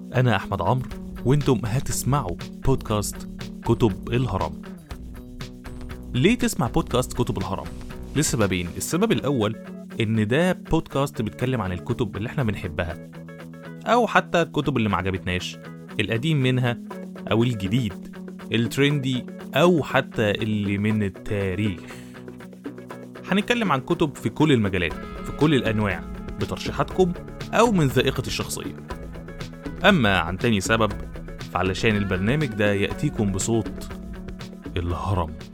أنا أحمد عمرو وانتم هتسمعوا بودكاست كتب الهرم. ليه تسمع بودكاست كتب الهرم؟ لسببين. السبب الأول إن ده بودكاست بيتكلم عن الكتب اللي احنا بنحبها، أو حتى الكتب اللي معجبتناش، القديم منها أو الجديد، الترندي أو حتى اللي من التاريخ. هنتكلم عن كتب في كل المجالات، في كل الأنواع، بترشيحاتكم أو من ذائقتي الشخصية. أما عن تاني سبب، فعلشان البرنامج ده يأتيكم بصوت الهرم.